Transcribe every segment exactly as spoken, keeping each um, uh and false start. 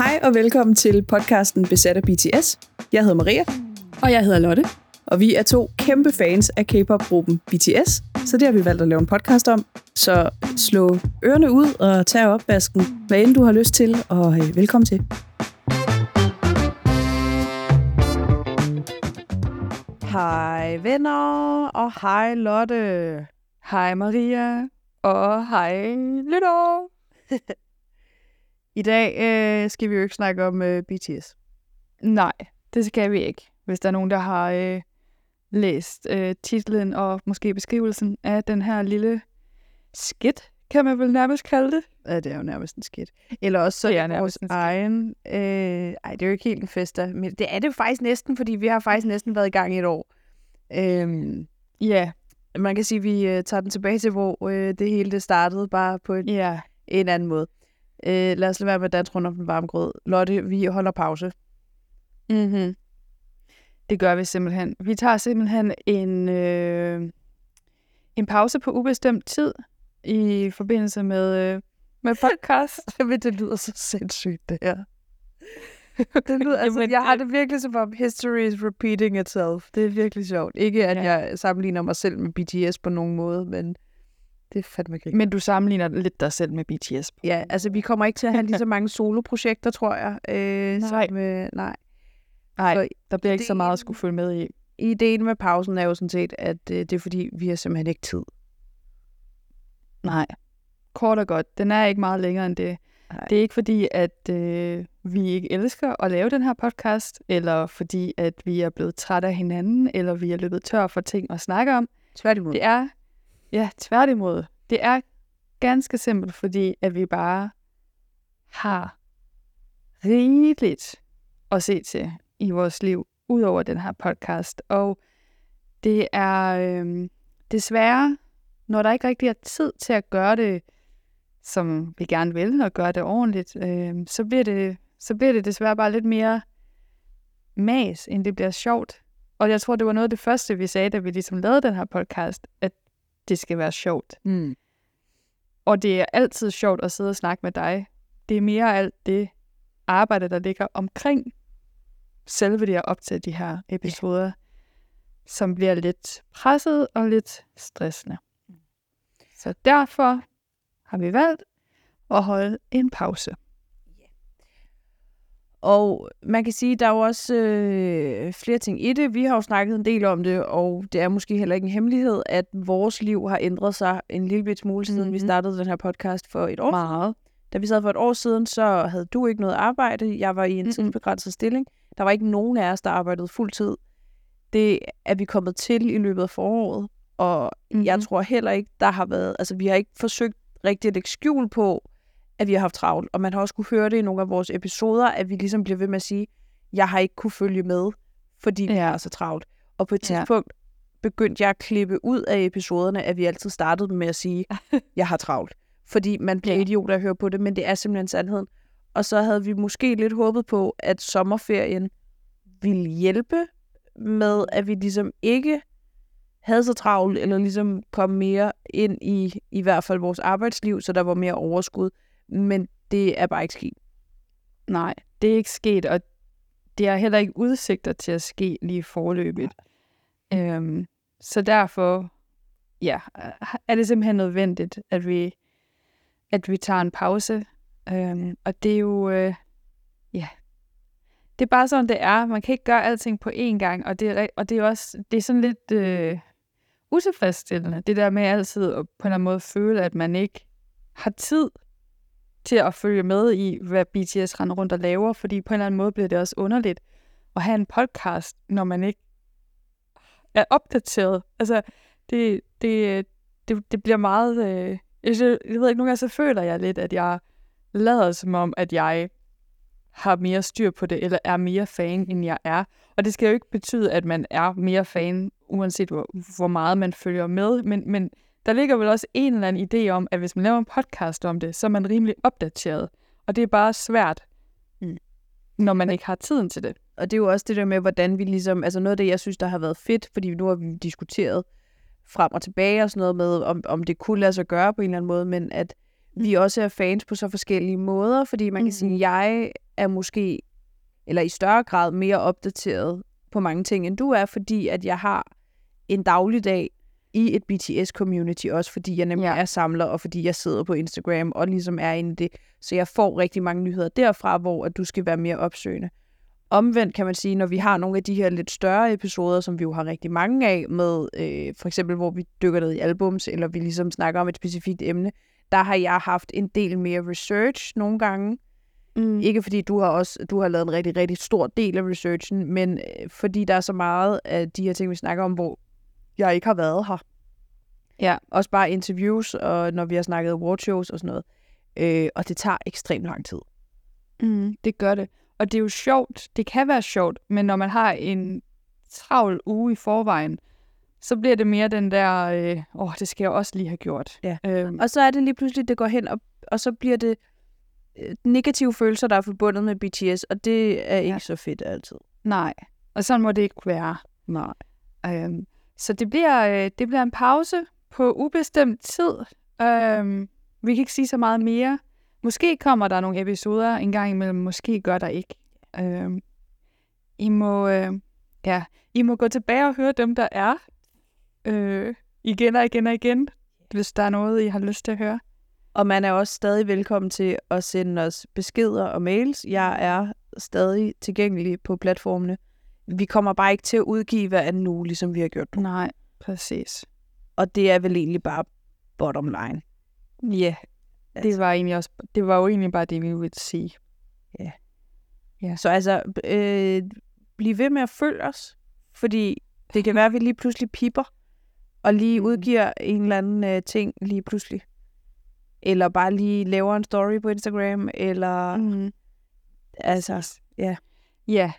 Hej og velkommen til podcasten Besat af B T S. Jeg hedder Maria. Og jeg hedder Lotte. Og vi er to kæmpe fans af K-pop-gruppen B T S, så det har vi valgt at lave en podcast om. Så slå ørerne ud og tag opvasken, hvad end du har lyst til, og øh, velkommen til. Hej venner, og hej Lotte. Hej Maria, og hej lytter. I dag øh, skal vi jo ikke snakke om øh, B T S. Nej, det skal vi ikke. Hvis der er nogen, der har øh, læst øh, titlen og måske beskrivelsen af den her lille skit, kan man vel nærmest kalde det. Ja, det er jo nærmest en skit. Eller også så det er er nærmest vores en skit. egen... Øh, ej, det er jo ikke helt en festa, men det er det faktisk næsten, fordi vi har faktisk næsten været i gang i et år. Øhm, Ja, man kan sige, at vi øh, tager den tilbage til, hvor øh, det hele det startede, bare på en, ja. en anden måde. Øh, lad os lade være med at danse rundt om den varme grød. Lotte, vi holder pause. Mm-hmm. Det gør vi simpelthen. Vi tager simpelthen en, øh, en pause på ubestemt tid i forbindelse med, øh, med podcast. Men det lyder så sindssygt, det her. Det lyder, altså, jeg har det virkelig som om history is repeating itself. Det er virkelig sjovt. Ikke at Ja. jeg sammenligner mig selv med B T S på nogen måde, men det er fandme grin. Men du sammenligner lidt dig selv med B T S. Ja, altså vi kommer ikke til at have lige så mange soloprojekter, tror jeg. Øh, Nej. Som, øh, nej. Nej, Så der bliver ikke så ideen- meget at skulle følge med i. Ideen med pausen er jo sådan set, at øh, det er fordi, vi har simpelthen ikke tid. Nej. Kort og godt. Den er ikke meget længere end det. Nej. Det er ikke fordi, at øh, vi ikke elsker at lave den her podcast, eller fordi, at vi er blevet trætte af hinanden, eller vi er løbet tør for ting at snakke om. Tværtimod. Det er, ja, tværtimod. Det er ganske simpelt, fordi at vi bare har rigeligt at se til i vores liv, ud over den her podcast. Og det er øh, desværre, når der ikke rigtig er tid til at gøre det, som vi gerne vil, og gøre det ordentligt, øh, så, bliver det, så bliver det desværre bare lidt mere mas, end det bliver sjovt. Og jeg tror, det var noget af det første, vi sagde, da vi ligesom lavede den her podcast, at det skal være sjovt. Mm. Og det er altid sjovt at sidde og snakke med dig. Det er mere alt det arbejde, der ligger omkring selve det at optage de her episoder, yeah. som bliver lidt presset og lidt stressende. Så derfor har vi valgt at holde en pause. Og man kan sige, at der er jo også øh, flere ting i det. Vi har jo snakket en del om det, og det er måske heller ikke en hemmelighed, at vores liv har ændret sig en lille bit smule, siden mm-hmm. vi startede den her podcast for et år Meget. Da vi sad for et år siden, så havde du ikke noget arbejde. Jeg var i en mm-hmm. tidsbegrænset stilling. Der var ikke nogen af os, der arbejdede fuldtid. Det er vi kommet til i løbet af foråret, og mm-hmm. jeg tror heller ikke, der har været... Altså, vi har ikke forsøgt rigtig at lægge skjul på, at vi har haft travlt. Og man har også kunne høre det i nogle af vores episoder, at vi ligesom bliver ved med at sige, jeg har ikke kunne følge med, fordi vi Ja. har så travlt. Og på et Ja. tidspunkt begyndte jeg at klippe ud af episoderne, at vi altid startede med at sige, jeg har travlt. Fordi man bliver Ja. idiot af at høre på det, men det er simpelthen sandheden. Og så havde vi måske lidt håbet på, at sommerferien ville hjælpe med, at vi ligesom ikke havde så travlt, eller ligesom kom mere ind i i hvert fald vores arbejdsliv, så der var mere overskud. Men det er bare ikke sket. Nej, det er ikke sket, og det er heller ikke udsigter til at ske lige forløbigt. Øhm, så derfor ja, er det simpelthen nødvendigt, at vi, at vi tager en pause. Øhm, og det er jo, øh, ja, det er bare sådan, det er. Man kan ikke gøre alting på én gang, og det er, og det er også det er sådan lidt øh, utilfredsstillende, det der med altid at på en eller anden måde føle, at man ikke har tid til at følge med i, hvad B T S render rundt og laver, fordi på en eller anden måde bliver det også underligt at have en podcast, når man ikke er opdateret. Altså, det, det, det, det bliver meget... Øh, jeg, jeg ved ikke, nogle gange så føler jeg lidt, at jeg lader som om, at jeg har mere styr på det, eller er mere fan, end jeg er. Og det skal jo ikke betyde, at man er mere fan, uanset hvor, hvor meget man følger med, men, men der ligger vel også en eller anden idé om, at hvis man laver en podcast om det, så er man rimelig opdateret. Og det er bare svært, mm. når man ikke har tiden til det. Og det er jo også det der med, hvordan vi ligesom... Altså noget af det, jeg synes, der har været fedt, fordi nu har vi diskuteret frem og tilbage og sådan noget med, om, om det kunne lade sig gøre på en eller anden måde, men at vi også er fans på så forskellige måder, fordi man kan mm. sige, at jeg er måske, eller i større grad, mere opdateret på mange ting, end du er, fordi at jeg har en dagligdag i et B T S-community, også fordi jeg nemlig ja. er samler, og fordi jeg sidder på Instagram, og ligesom er inde i det. Så jeg får rigtig mange nyheder derfra, hvor at du skal være mere opsøgende. Omvendt kan man sige, når vi har nogle af de her lidt større episoder, som vi jo har rigtig mange af, med øh, for eksempel, hvor vi dykker ned i albums, eller vi ligesom snakker om et specifikt emne, der har jeg haft en del mere research nogle gange. Mm. Ikke fordi du har også du har lavet en rigtig, rigtig stor del af researchen, men øh, fordi der er så meget af de her ting, vi snakker om, hvor jeg ikke har været her. Ja. Også bare interviews, og når vi har snakket awardshows og sådan noget. Øh, og det tager ekstremt lang tid. Mm, det gør det. Og det er jo sjovt. Det kan være sjovt, men når man har en travl uge i forvejen, så bliver det mere den der, øh, åh, det skal jeg også lige have gjort. Ja. Øhm. Og så er det lige pludselig, det går hen, og, og så bliver det øh, negative følelser, der er forbundet med B T S, og det er ikke ja. så fedt altid. Nej, og sådan må det ikke være. Nej. Øhm, så det bliver, øh, det bliver en pause på ubestemt tid. Øhm, vi kan ikke sige så meget mere. Måske kommer der nogle episoder en gang imellem, måske gør der ikke. Øhm, I må, øh, ja, I må gå tilbage og høre dem, der er. Øh, igen og igen og igen, hvis der er noget, I har lyst til at høre. Og man er også stadig velkommen til at sende os beskeder og mails. Jeg er stadig tilgængelig på platformene. Vi kommer bare ikke til at udgive hver anden uge, ligesom vi har gjort nu. Nej, præcis. Og det er vel egentlig bare bottom line. Ja, yeah. altså. det, var egentlig også, det var jo egentlig bare det, vi ville sige. Ja. Yeah. Yeah. Så altså, øh, bliv ved med at følge os, fordi det kan være, at vi lige pludselig piper, og lige udgiver en eller anden øh, ting lige pludselig. Eller bare lige laver en story på Instagram, eller... Mm. Altså, ja. Ja.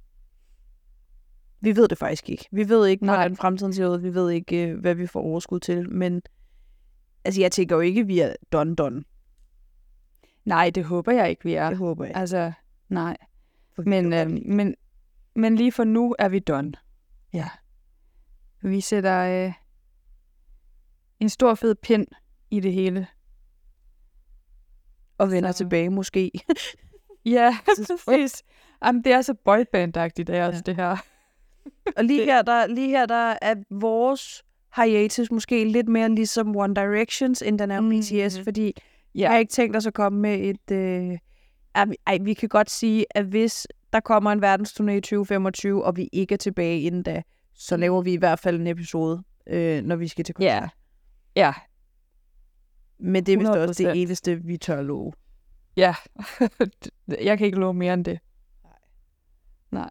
Vi ved det faktisk ikke. Vi ved ikke, Nej. hvordan fremtiden ser ud. Vi ved ikke, øh, hvad vi får overskud til. Men altså, jeg tænker jo ikke, vi er done done. Nej, det håber jeg ikke, vi er. Det håber jeg. Altså, nej. Men, øh, men, men lige for nu er vi done. Ja. Vi sætter øh, en stor fed pind i det hele. Og vender så. tilbage, måske. Ja, præcis. Jamen, det er så boyband-agtigt, det er også ja. det her. Og lige her, der, lige her, der er vores hiatus måske lidt mere ligesom One Directions, end den er B T S, mm. fordi ja. jeg har ikke tænkt os at komme med et... Øh, ej, vi kan godt sige, at hvis der kommer en verdensturné i tyve femogtyve, og vi ikke er tilbage inden da, så laver vi i hvert fald en episode, øh, når vi skal til koncert. Ja. ja. Men det er vist også det eneste, vi tør love. Ja. Jeg kan ikke love mere end det. Nej. Nej.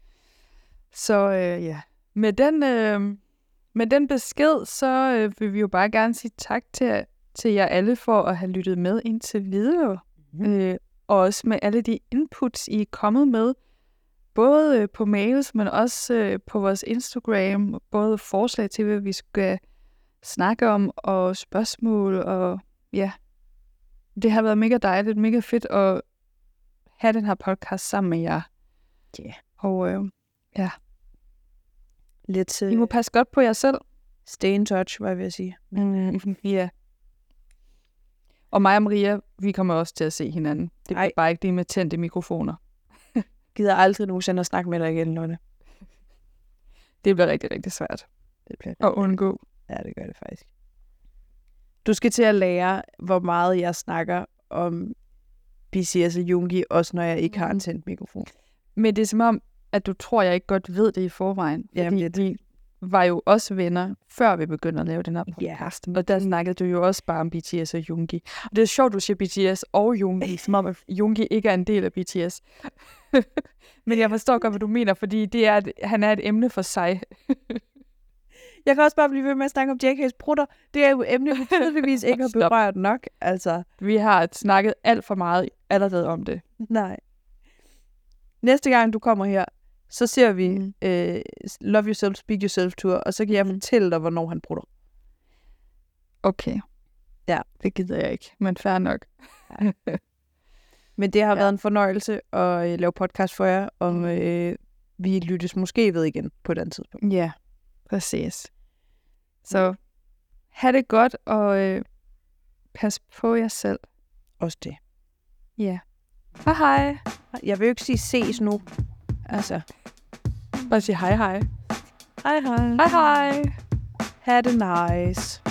Så øh, ja. Med den, øh, med den besked, så øh, vil vi jo bare gerne sige tak til, til jer alle for at have lyttet med indtil videre. Mm-hmm. Øh, og også med alle de inputs, I er kommet med. Både øh, på mails, men også øh, på vores Instagram. Både forslag til, hvad vi skal snakke om, og spørgsmål. Og ja, det har været mega dejligt, mega fedt at have den her podcast sammen med jer. Ja. Yeah. Og øh, ja. Lidt, øh, I må passe godt på jer selv. Stay in touch, hvad jeg vil sige. Mm, ja. Yeah. Og mig og Maria, vi kommer også til at se hinanden. Det er bare ikke det med tændte mikrofoner. Gider aldrig nogensinde at snakke med dig igen, Lonne. Det bliver rigtig, rigtig svært det bliver at undgå. Ja, det gør det faktisk. Du skal til at lære, hvor meget jeg snakker om B C S og Jungi, også når jeg ikke har en tændt mikrofon. Men det er som om, at du tror, jeg ikke godt ved det i forvejen. Jamen, fordi vi var jo også venner, før vi begyndte at lave den her podcast. Yeah. Og der snakkede du jo også bare om B T S og Jungi. Og det er sjovt, du siger B T S og Jungi, som om at Jungi ikke er en del af B T S. Men jeg forstår godt, hvad du mener, fordi det er, han er et emne for sig. Jeg kan også bare blive ved med at snakke om J K's brutter. Det er jo emne, vi tydeligvis ikke har berørt nok. Altså. Vi har snakket alt for meget allerede om det. Nej. Næste gang du kommer her, så ser vi mm. uh, Love Yourself, Speak Yourself Tour, og så kan jeg fortælle dig, hvornår han brutter. Okay. Ja. Det gider jeg ikke, men fair nok. Ja. Men det har ja. været en fornøjelse at uh, lave podcast for jer, og uh, vi lyttes måske ved igen på et andet tidspunkt. Ja, præcis. Så ha' det godt, og øh, pas på jer selv. Også det. Ja. Hej hej. Jeg vil jo ikke sige ses nu. Altså, Bare sige hej hej. hej hej. Hej hej. Ha' det nice.